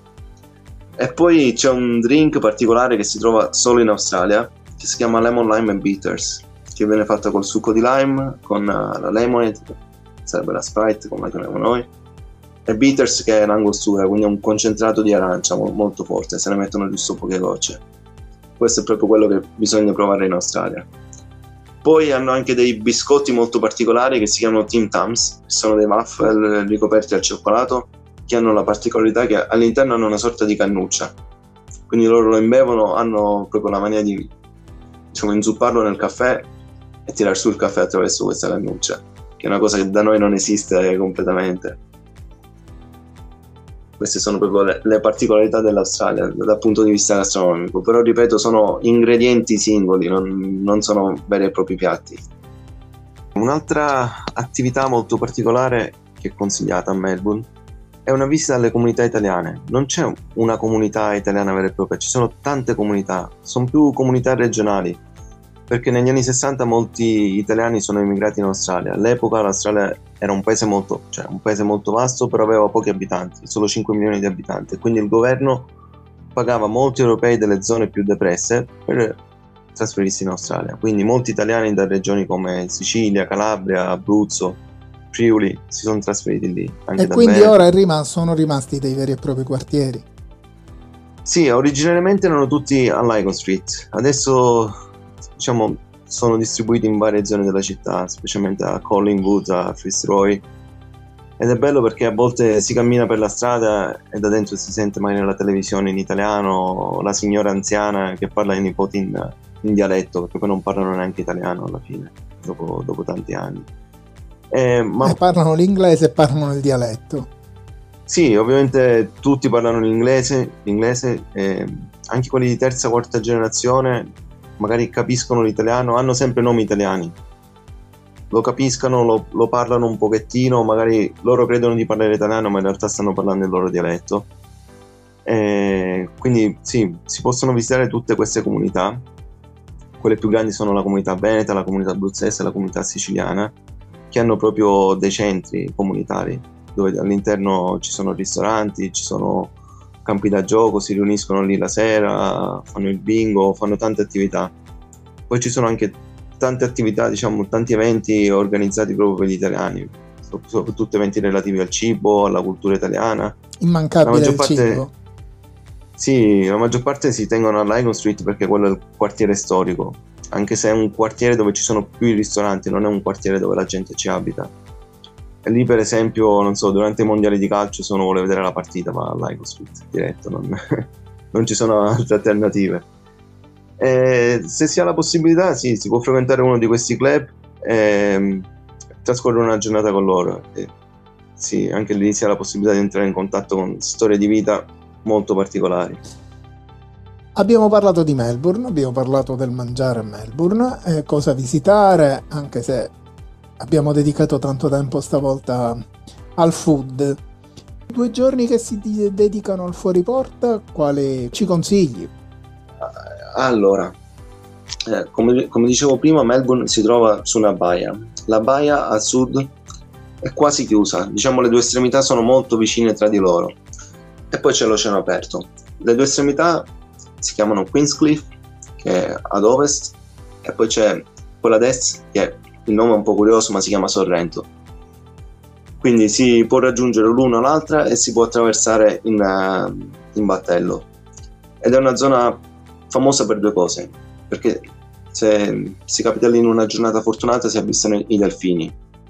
E poi c'è un drink particolare che si trova solo in Australia, che si chiama Lemon Lime and Bitters, che viene fatta col succo di lime, con la lemonade, sarebbe la Sprite come la chiamiamo noi, e bitters che è l'angostura, quindi è un concentrato di arancia molto forte, se ne mettono giusto poche gocce. Questo è proprio quello che bisogna provare in Australia. Poi hanno anche dei biscotti molto particolari che si chiamano Tim Tams, che sono dei waffle ricoperti al cioccolato, che hanno la particolarità che all'interno hanno una sorta di cannuccia, quindi loro lo imbevono, hanno proprio la mania di, diciamo, inzupparlo nel caffè e tirar su il caffè attraverso questa cannuccia, che è una cosa che da noi non esiste completamente. Queste sono proprio le, le particolarità dell'Australia dal punto di vista gastronomico, però ripeto, sono ingredienti singoli, non, non sono veri e propri piatti. Un'altra attività molto particolare che è consigliata a Melbourne è una visita alle comunità italiane. Non c'è una comunità italiana vera e propria, ci sono tante comunità, sono più comunità regionali, perché negli anni sessanta molti italiani sono emigrati in Australia. All'epoca l'Australia era un paese molto, cioè un paese molto vasto, però aveva pochi abitanti, solo cinque milioni di abitanti, quindi il governo pagava molti europei delle zone più depresse per trasferirsi in Australia. Quindi molti italiani da regioni come Sicilia, Calabria, Abruzzo, Friuli si sono trasferiti lì. Anche e da quindi Veneto. ora rim- sono rimasti dei veri e propri quartieri. Sì, originariamente erano tutti a Lygon Street, adesso diciamo sono distribuiti in varie zone della città, specialmente a Collingwood, a Fitzroy, ed è bello perché a volte si cammina per la strada e da dentro si sente magari nella televisione in italiano la signora anziana che parla ai nipoti in, in dialetto, perché poi non parlano neanche italiano alla fine, dopo, dopo tanti anni. Eh, ma... Eh, parlano l'inglese e parlano il dialetto. Sì, ovviamente tutti parlano l'inglese, l'inglese eh, anche quelli di terza, quarta generazione magari capiscono l'italiano, hanno sempre nomi italiani, lo capiscono, lo, lo parlano un pochettino, magari loro credono di parlare italiano ma in realtà stanno parlando il loro dialetto. E quindi sì, si possono visitare tutte queste comunità. Quelle più grandi sono la comunità veneta, la comunità abruzzese e la comunità siciliana, che hanno proprio dei centri comunitari dove all'interno ci sono ristoranti, ci sono campi da gioco, si riuniscono lì la sera, fanno il bingo, fanno tante attività. Poi ci sono anche tante attività, diciamo, tanti eventi organizzati proprio per gli italiani, soprattutto eventi relativi al cibo, alla cultura italiana. Immancabile il parte, cibo. Sì, la maggior parte si tengono a Lygon Street perché quello è il quartiere storico, anche se è un quartiere dove ci sono più i ristoranti, non è un quartiere dove la gente ci abita. E lì per esempio, non so, durante i mondiali di calcio se uno vuole vedere la partita va a Lygon Street diretto, non, non ci sono altre alternative. E se si ha la possibilità, sì, si può frequentare uno di questi club e trascorrere una giornata con loro. E sì, anche lì si ha la possibilità di entrare in contatto con storie di vita molto particolari. Abbiamo parlato di Melbourne, abbiamo parlato del mangiare a Melbourne, eh, cosa visitare, anche se abbiamo dedicato tanto tempo stavolta al food. Due giorni che si di- dedicano al fuoriporta, quali ci consigli? Allora, eh, come, come dicevo prima, Melbourne si trova su una baia. La baia a sud è quasi chiusa, diciamo le due estremità sono molto vicine tra di loro. E poi c'è l'oceano aperto. Le due estremità si chiamano Queenscliff, che è ad ovest, e poi c'è quella ad est, che è, il nome è un po' curioso, ma si chiama Sorrento. Quindi si può raggiungere l'una o l'altra e si può attraversare in, uh, in battello. Ed è una zona famosa per due cose, perché se si capita lì in una giornata fortunata si avvistano i delfini,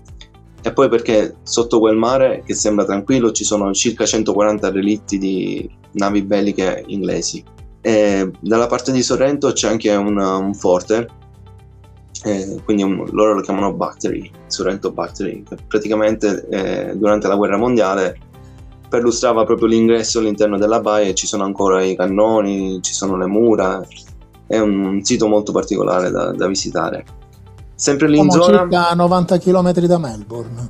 e poi perché sotto quel mare, che sembra tranquillo, ci sono circa centoquaranta relitti di navi belliche inglesi. E dalla parte di Sorrento c'è anche un, un forte, eh, quindi un, loro lo chiamano Battery, Sorrento Battery, che praticamente eh, durante la guerra mondiale perlustrava proprio l'ingresso all'interno della baia, e ci sono ancora i cannoni, ci sono le mura, è un, un sito molto particolare da, da visitare. Sempre lì in Siamo zona... circa novanta chilometri da Melbourne.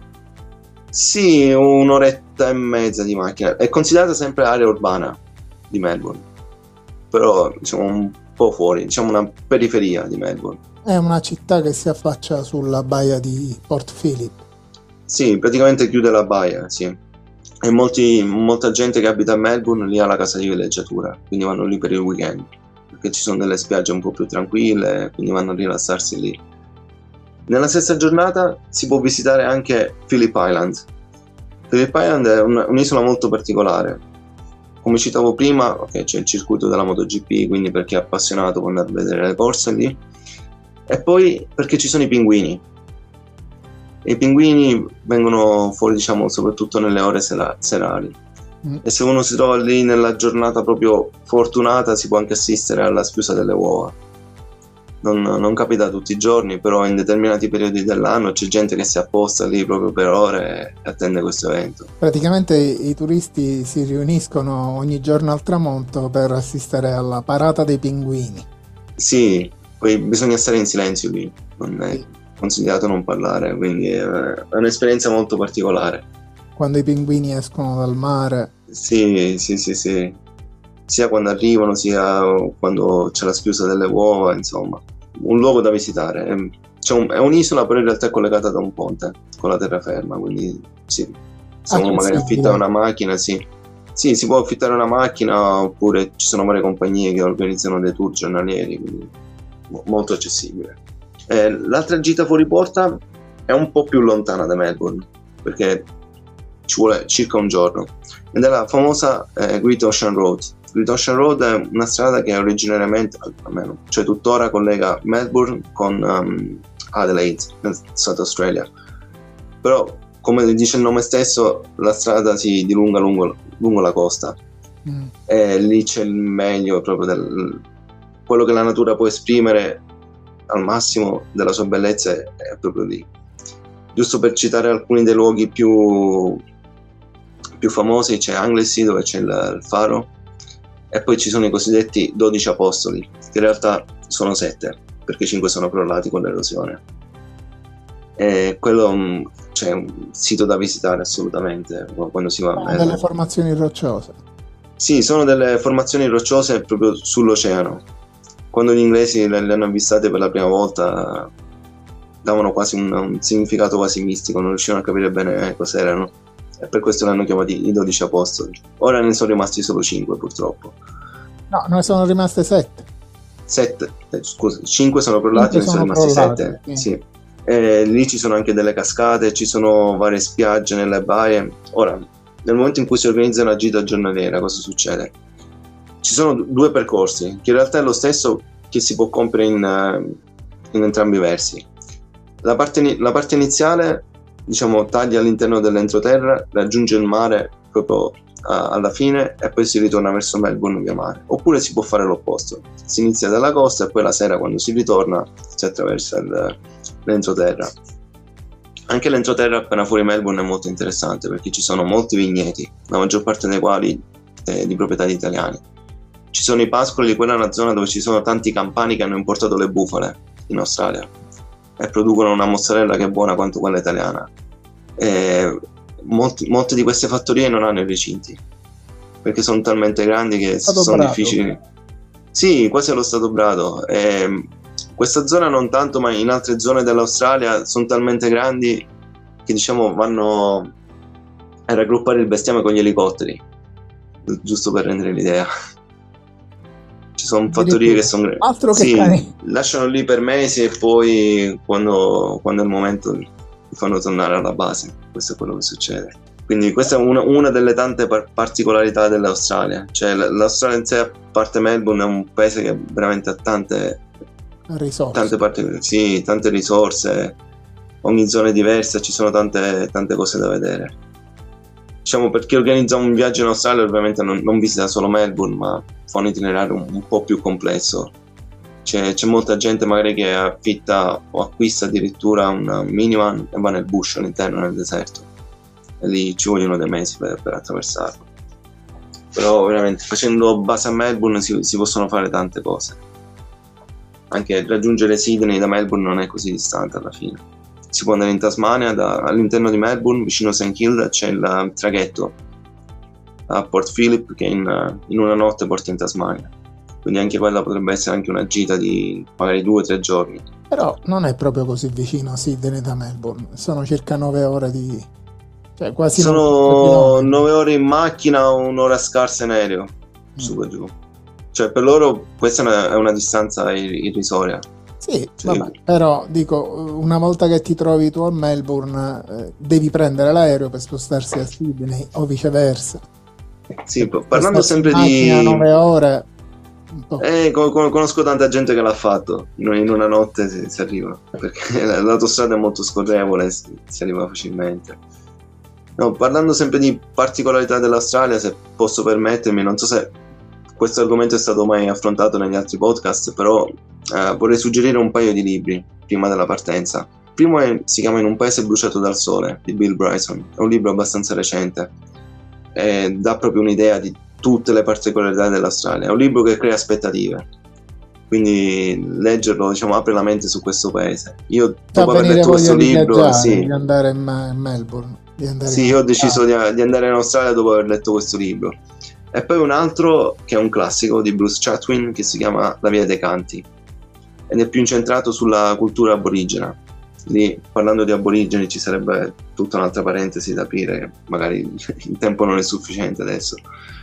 Sì, un'oretta e mezza di macchina. È considerata sempre area urbana di Melbourne, però diciamo un po' fuori, diciamo una periferia di Melbourne. È una città che si affaccia sulla baia di Port Phillip. Sì, praticamente chiude la baia, sì. E molti, molta gente che abita a Melbourne lì ha la casa di villeggiatura, quindi vanno lì per il weekend, perché ci sono delle spiagge un po' più tranquille, quindi vanno a rilassarsi lì. Nella stessa giornata si può visitare anche Phillip Island. Phillip Island è un, un'isola molto particolare. Come citavo prima, okay, c'è il circuito della MotoGP, quindi per chi è appassionato può andare a vedere le corse lì. E poi perché ci sono i pinguini. E i pinguini vengono fuori, diciamo, soprattutto nelle ore sera- serali. Mm. E se uno si trova lì nella giornata proprio fortunata, si può anche assistere alla schiusa delle uova. Non, non capita tutti i giorni, però in determinati periodi dell'anno c'è gente che si apposta lì proprio per ore e attende questo evento. Praticamente i, i turisti si riuniscono ogni giorno al tramonto per assistere alla parata dei pinguini. Sì, poi bisogna stare in silenzio lì, non è consigliato non parlare, quindi è un'esperienza molto particolare. Quando i pinguini escono dal mare. Sì, sì, sì, sì. Sia quando arrivano, sia quando c'è la schiusa delle uova, insomma. Un luogo da visitare. È, c'è un, è un'isola, però in realtà è collegata da un ponte con la terraferma, quindi sì. Se uno magari affitta una macchina, sì. Sì, si può affittare una macchina, oppure ci sono varie compagnie che organizzano dei tour giornalieri, quindi molto accessibile. Eh, l'altra gita fuori porta è un po' più lontana da Melbourne, perché ci vuole circa un giorno, ed è la famosa eh, Great Ocean Road. Great Ocean Road è una strada che originariamente, almeno, cioè tuttora, collega Melbourne con um, Adelaide, nel South Australia. Però, come dice il nome stesso, la strada si dilunga lungo, lungo la costa. Mm. E lì c'è il meglio proprio del quello che la natura può esprimere al massimo della sua bellezza, è proprio lì. Giusto per citare alcuni dei luoghi più, più famosi, c'è Anglesey, dove c'è il, il faro, e poi ci sono i cosiddetti dodici apostoli, che in realtà sono sette, perché cinque sono crollati con l'erosione. E quello c'è un sito da visitare assolutamente quando si va a Melbourne. Delle formazioni rocciose. Sì, sono delle formazioni rocciose proprio sull'oceano. Quando gli inglesi le, le hanno avvistate per la prima volta, davano quasi un, un significato quasi mistico, non riuscivano a capire bene cos'erano, e per questo l'hanno chiamati i dodici apostoli. Ora ne sono rimasti solo cinque, purtroppo. No, ne sono rimaste sette. Sette, eh, scusa, cinque sono crollati, ne sono rimasti crollati, sette. Sì. Sì. E lì ci sono anche delle cascate, ci sono varie spiagge nelle baie. Ora, nel momento in cui si organizza una gita giornaliera, cosa succede? Ci sono due percorsi, che in realtà è lo stesso che si può compiere in, in entrambi i versi. La parte, la parte iniziale, diciamo, taglia all'interno dell'entroterra, raggiunge il mare proprio a, alla fine, e poi si ritorna verso Melbourne via mare. Oppure si può fare l'opposto, si inizia dalla costa e poi la sera, quando si ritorna, si attraversa il, l'entroterra. Anche l'entroterra appena fuori Melbourne è molto interessante, perché ci sono molti vigneti, la maggior parte dei quali eh, di proprietà di italiani. ci sono i pascoli, quella è una zona dove ci sono tanti campani che hanno importato le bufale in Australia e producono una mozzarella che è buona quanto quella italiana. E molti, molte di queste fattorie non hanno i recinti perché sono talmente grandi che Stato sono Prato. difficili. Sì, quasi allo stato Prato. E questa zona non tanto, ma in altre zone dell'Australia sono talmente grandi che diciamo vanno a raggruppare il bestiame con gli elicotteri, giusto per rendere l'idea. Ci sono fattorie che sono altro che sì, cani. lasciano lì per mesi e poi quando, quando è il momento li fanno tornare alla base. Questo è quello che succede. Quindi questa è una, una delle tante par- particolarità dell'Australia. Cioè l'Australia in sé, a parte Melbourne, è un paese che veramente ha tante risorse. Tante, parti, sì, tante risorse, ogni zona è diversa, ci sono tante, tante cose da vedere. Diciamo, per chi organizza un viaggio in Australia ovviamente non, non visita solo Melbourne, ma fa un itinerario un, un po' più complesso. C'è, c'è molta gente magari che affitta o acquista addirittura un minivan e va nel bush all'interno, nel deserto, e lì ci vogliono dei mesi per, per attraversarlo. Però veramente facendo base a Melbourne si, si possono fare tante cose. Anche raggiungere Sydney da Melbourne non è così distante alla fine. Si può andare in Tasmania, da, all'interno di Melbourne, vicino a Saint Kilda, c'è il traghetto a Port Phillip che in, in una notte porta in Tasmania. Quindi anche quella potrebbe essere anche una gita di magari due o tre giorni. Però non è proprio così vicino a Sydney da Melbourne, sono circa nove ore di... cioè quasi sono nove ore in macchina o un'ora scarsa in aereo, mm. su e giù. Cioè per loro questa è una, è una distanza irrisoria. Sì, sì, vabbè, però dico, una volta che ti trovi tu a Melbourne eh, devi prendere l'aereo per spostarsi a Sydney o viceversa. Sì, parlando sempre di nove ore un po'. Eh, con, con, conosco tanta gente che l'ha fatto, in una notte si, si arriva, perché l'autostrada è molto scorrevole, si, si arriva facilmente. No, parlando sempre di particolarità dell'Australia, se posso permettermi, non so se questo argomento è stato mai affrontato negli altri podcast, però eh, vorrei suggerire un paio di libri prima della partenza. Il primo è, si chiama In un paese bruciato dal sole, di Bill Bryson. È un libro abbastanza recente e dà proprio un'idea di tutte le particolarità dell'Australia. È un libro che crea aspettative, quindi leggerlo, diciamo, apre la mente su questo paese. Io dopo aver letto questo libro viaggiare, sì, di andare in Melbourne, di andare sì, io ho deciso di, di andare in Australia dopo aver letto questo libro. E poi un altro che è un classico di Bruce Chatwin che si chiama La via dei canti ed è più incentrato sulla cultura aborigena. Lì, parlando di aborigeni, ci sarebbe tutta un'altra parentesi da aprire, magari il tempo non è sufficiente adesso.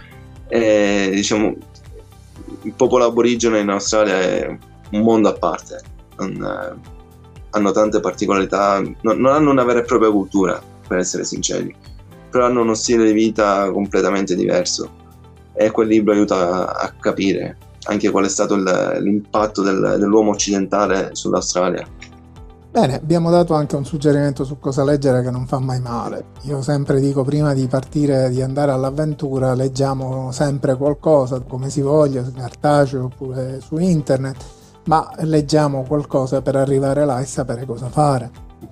E, diciamo, il popolo aborigeno in Australia è un mondo a parte, non, eh, hanno tante particolarità, non, non hanno una vera e propria cultura, per essere sinceri, però hanno uno stile di vita completamente diverso. E quel libro aiuta a, a capire anche qual è stato il, l'impatto del, dell'uomo occidentale sull'Australia. Bene, abbiamo dato anche un suggerimento su cosa leggere che non fa mai male. Io sempre dico, prima di partire, di andare all'avventura, leggiamo sempre qualcosa, come si voglia, cartaceo oppure su internet, ma leggiamo qualcosa per arrivare là e sapere cosa fare.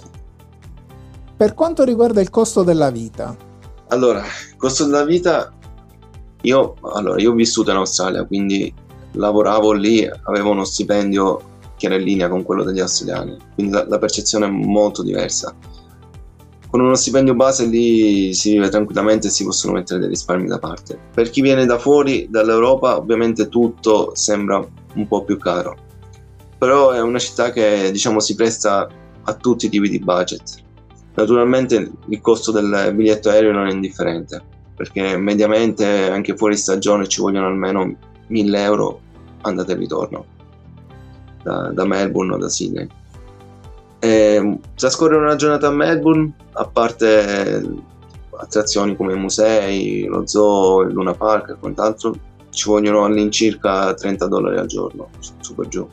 Per quanto riguarda il costo della vita. Allora, il costo della vita... Io, allora, io ho vissuto in Australia, quindi lavoravo lì, avevo uno stipendio che era in linea con quello degli australiani, quindi la, la percezione è molto diversa. Con uno stipendio base lì si vive tranquillamente e si possono mettere dei risparmi da parte. Per chi viene da fuori, dall'Europa, ovviamente tutto sembra un po' più caro, però è una città che, diciamo, si presta a tutti i tipi di budget. Naturalmente il costo del biglietto aereo non è indifferente, perché mediamente anche fuori stagione ci vogliono almeno mille euro andata e ritorno da, da Melbourne o da Sydney. E trascorrere una giornata a Melbourne, a parte attrazioni come i musei, lo zoo, il Luna Park e quant'altro, ci vogliono all'incirca trenta dollari al giorno, su per giù.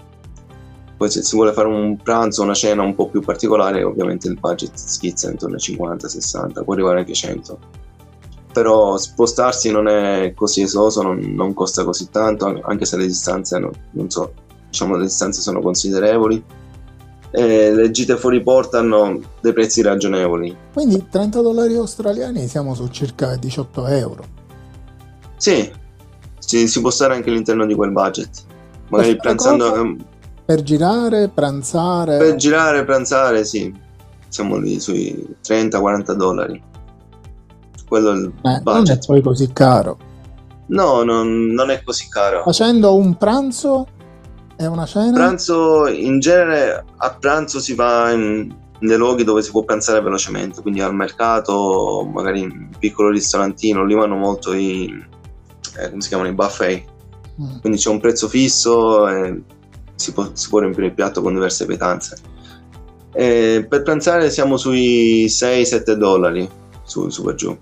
Poi se si vuole fare un pranzo o una cena un po' più particolare, ovviamente il budget schizza intorno ai cinquanta sessanta, può arrivare anche cento. Però spostarsi non è così esoso, non, non costa così tanto, anche se le distanze non, non so, diciamo le distanze sono considerevoli e le gite fuori porta hanno dei prezzi ragionevoli. Quindi trenta dollari australiani siamo su circa diciotto euro. Sì, si, si può stare anche all'interno di quel budget, magari per pranzando cosa? Per girare, pranzare? Per girare, pranzare, sì, siamo lì sui trenta quaranta dollari. Quello è il eh, budget. Non è poi così caro. No, non, non è così caro. Facendo un pranzo e una cena? Pranzo, in genere a pranzo si va in, nei luoghi dove si può pranzare velocemente, quindi al mercato, magari in un piccolo ristorantino, lì vanno molto i, eh, come si chiamano, i buffet. Mm. Quindi c'è un prezzo fisso e si può, si può riempire il piatto con diverse pietanze. E per pranzare siamo sui sei sette dollari, su, su per giù.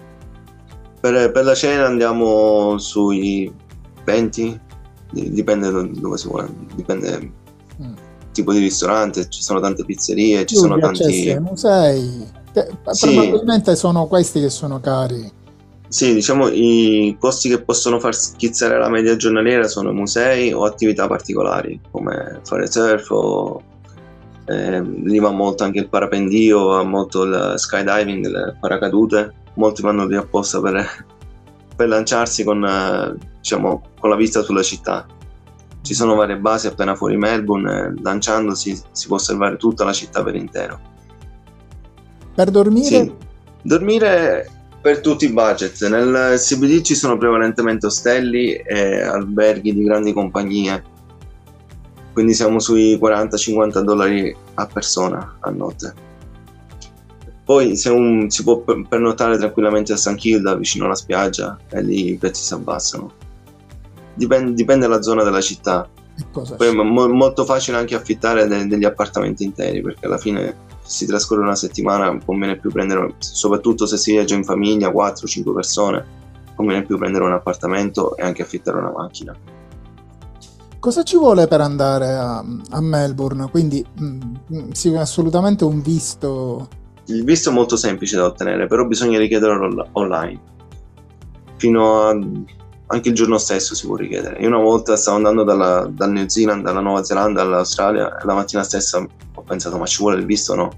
Per, per la cena andiamo sui venti, dipende dove si vuole, dipende mm. tipo di ristorante, ci sono tante pizzerie, ci Più sono tanti musei, che sì. Probabilmente sono questi che sono cari. Sì, diciamo i costi che possono far schizzare la media giornaliera sono musei o attività particolari come fare surf o eh, lì va molto anche il parapendio, va molto il skydiving, le paracadute, molti vanno lì apposta per, per lanciarsi con, eh, diciamo, con la vista sulla città. Ci sono varie basi appena fuori Melbourne, eh, lanciandosi si può osservare tutta la città per intero. Per dormire? Sì, dormire per tutti i budget. Nel C B D ci sono prevalentemente ostelli e alberghi di grandi compagnie, quindi siamo sui quaranta cinquanta dollari a persona a notte. Poi se un, si può pernottare tranquillamente a St Kilda vicino alla spiaggia e lì i prezzi si abbassano. Dipende, dipende dalla zona della città. Poi è mo- molto facile anche affittare de- degli appartamenti interi, perché alla fine si trascorre una settimana, conviene più prendere, soprattutto se si viaggia in famiglia, quattro cinque persone, conviene più prendere un appartamento e anche affittare una macchina. Cosa ci vuole per andare a, a Melbourne? Quindi mh, sì, assolutamente un visto. Il visto è molto semplice da ottenere, però bisogna richiederlo online. Fino a anche il giorno stesso si può richiedere. Io una volta stavo andando dalla, dal New Zealand, dalla Nuova Zelanda all'Australia e la mattina stessa ho pensato, ma ci vuole il visto o no?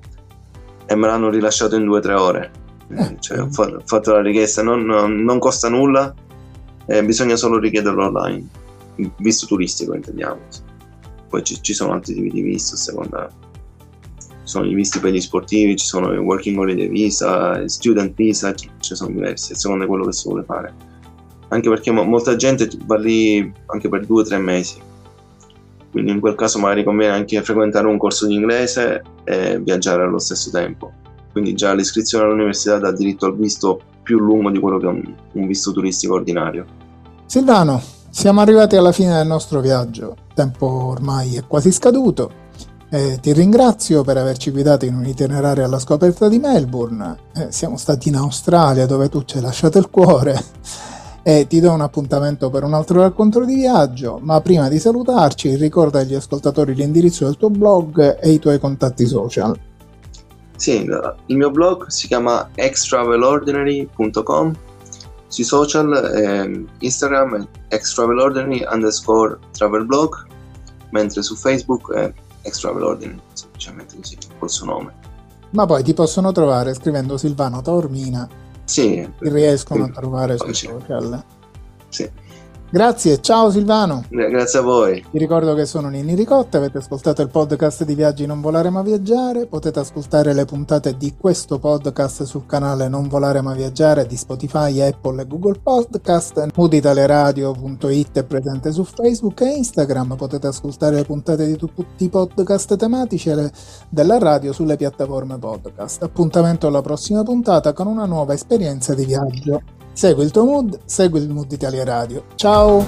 E me l'hanno rilasciato in due o tre ore. Eh, cioè, ho, fa- ho fatto la richiesta, non, non costa nulla, eh, bisogna solo richiederlo online. Il visto turistico intendiamo. Poi ci, ci sono altri tipi di visto, a seconda. Ci sono i visti per gli sportivi, ci sono i working holiday visa, student visa, ci, ci sono diversi, a seconda di quello che si vuole fare. Anche perché mo- molta gente va lì anche per due o tre mesi, quindi in quel caso magari conviene anche frequentare un corso di inglese e viaggiare allo stesso tempo, quindi già l'iscrizione all'università dà diritto al visto più lungo di quello che è un, un visto turistico ordinario. Silvano, siamo arrivati alla fine del nostro viaggio, il tempo ormai è quasi scaduto. Eh, ti ringrazio per averci guidato in un itinerario alla scoperta di Melbourne. Eh, siamo stati in Australia, dove tu ci hai lasciato il cuore. E ti do un appuntamento per un altro racconto di viaggio, ma prima di salutarci ricorda agli ascoltatori l'indirizzo del tuo blog e i tuoi contatti social. Sì, il mio blog si chiama x travel ordinary punto com, sui social eh, Instagram è xtravelordinary underscore travelblog, mentre su Facebook è xtravelordinary, semplicemente così, col suo nome. Ma poi ti possono trovare scrivendo Silvano Taormina. Sì, riescono sì, a trovare sui sì. social. Sì. Grazie, ciao Silvano. Grazie a voi. Vi ricordo che sono Ninni Ricotta, avete ascoltato il podcast di Viaggi Non Volare Ma Viaggiare. Potete ascoltare le puntate di questo podcast sul canale Non Volare Ma Viaggiare di Spotify, Apple e Google Podcast. mood italia radio punto it è presente su Facebook e Instagram. Potete ascoltare le puntate di tutti i podcast tematici della radio sulle piattaforme podcast. Appuntamento alla prossima puntata con una nuova esperienza di viaggio. Segui il tuo mood, segui il Mood Italia Radio. Ciao!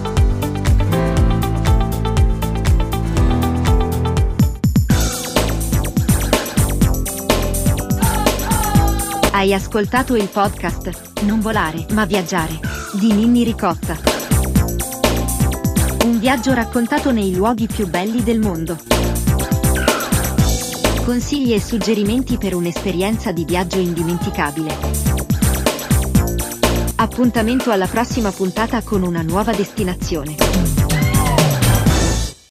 Hai ascoltato il podcast Non volare ma viaggiare di Ninni Ricotta. Un viaggio raccontato nei luoghi più belli del mondo. Consigli e suggerimenti per un'esperienza di viaggio indimenticabile. Appuntamento alla prossima puntata con una nuova destinazione.